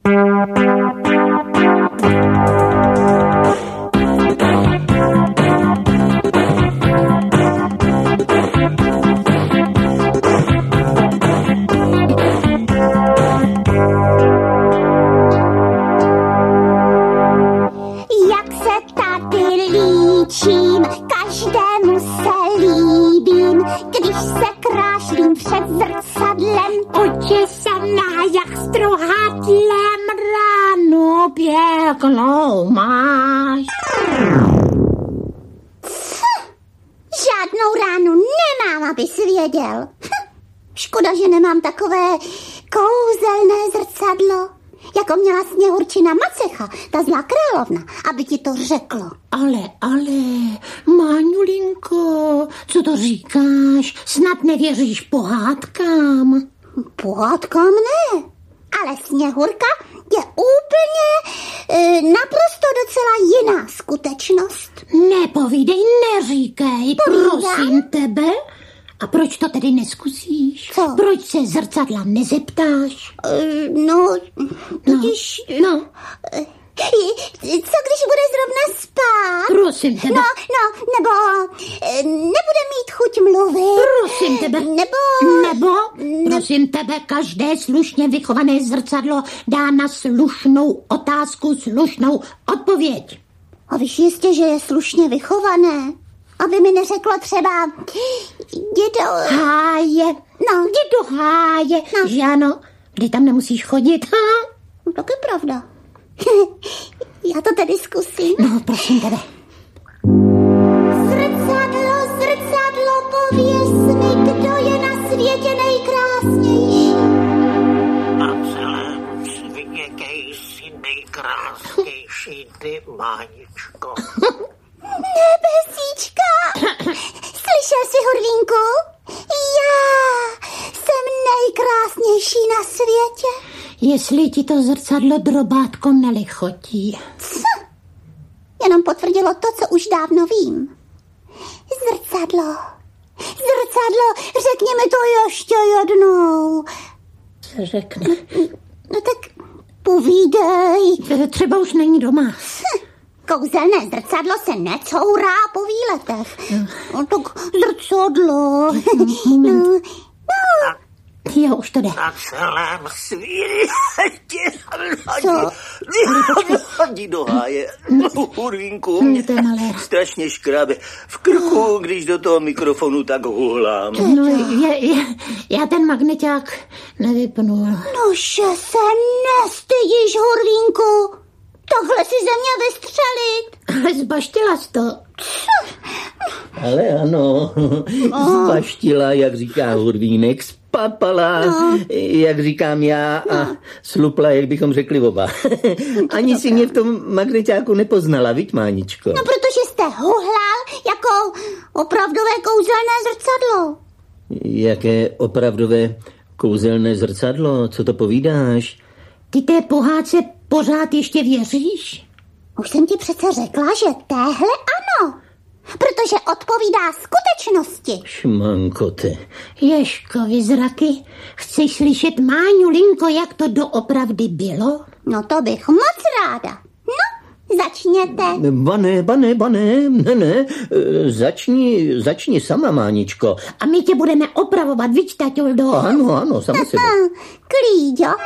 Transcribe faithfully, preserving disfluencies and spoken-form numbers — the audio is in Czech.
Každému se líbím, když se krášlím před zrcadlem. Oči se na jak struhadlem, ránu pěknou máš. Co? Žádnou ránu nemám, abys věděl. Škoda, že nemám takové kouzelné zrcadlo, jako měla Sněhurčina Macecha, ta zlá královna, aby ti to řeklo. Ale, ale, Máňulinko, co to říkáš? Snad nevěříš pohádkám? Pohádkám ne, ale Sněhurka je úplně e, naprosto docela jiná skutečnost. Nepovídej, neříkej, Povídám? Prosím tebe. A proč to tedy neskusíš? Co? Proč se zrcadla nezeptáš? Uh, no, totiž... No, no. Co když bude zrovna spát? Prosím tebe. No, no, nebo uh, nebude mít chuť mluvit. Prosím tebe. Nebo... Nebo, prosím tebe, každé slušně vychované zrcadlo dá na slušnou otázku slušnou odpověď. A víš jistě, že je slušně vychované? Aby mi neřeklo třeba dědo... Háje. No. Dědo Háje. No. Že ano, kdy tam nemusíš chodit. Ha? No, tak je pravda. Já to tedy zkusím. No, prosím tebe. Zrcadlo, zrcadlo, pověz mi, kdo je na světě nejkrásnější. Na celém světě jsi nejkrásnější, ty, Máničko. Nebesíčka, slyšel jsi, Hurvínku? Já jsem nejkrásnější na světě. Jestli ti to zrcadlo, drobátko, nelichotí. Co? Jenom potvrdilo to, co už dávno vím. Zrcadlo, zrcadlo, řekni mi to ještě jednou. Co řekne? No tak povídej. Třeba už není doma. Kouzelné zrcadlo se necourá po výletech. No tak zrcadlo. No, no. Jo, už to jde. Na celém světě. Co? Hodí do háje. Hurvínku, Mě to je malé. strašně škrábe v krku, když do toho mikrofonu tak huhlám. No, je, je, já ten magneťák nevypnul. No, že se nestydíš, Hurvínku. Tohle si ze mě vystřelit. Ale zbaštila jsi to. Ale ano, zbaštila, jak říká Hurvínek, spapala, no. Jak říkám já, a slupla, jak bychom řekli oba. Ani si mě v tom magneťáku nepoznala, viď, Máničko? No, protože jste huhlal jako opravdové kouzelné zrcadlo. Jaké opravdové kouzelné zrcadlo? Co to povídáš? Ty té pohádce pořád ještě věříš? Už jsem ti přece řekla, že téhle ano. Protože odpovídá skutečnosti. Šmankote. Ježkovi zraky, chceš slyšet, Máňulinko, jak to doopravdy bylo? No to bych moc ráda. No, začněte. Bane, bane, bane, ne, ne, začni, začni sama, Máničko. A my tě budeme opravovat, viď, taťuldo? Ano, ano, sama sebe. Klíďo,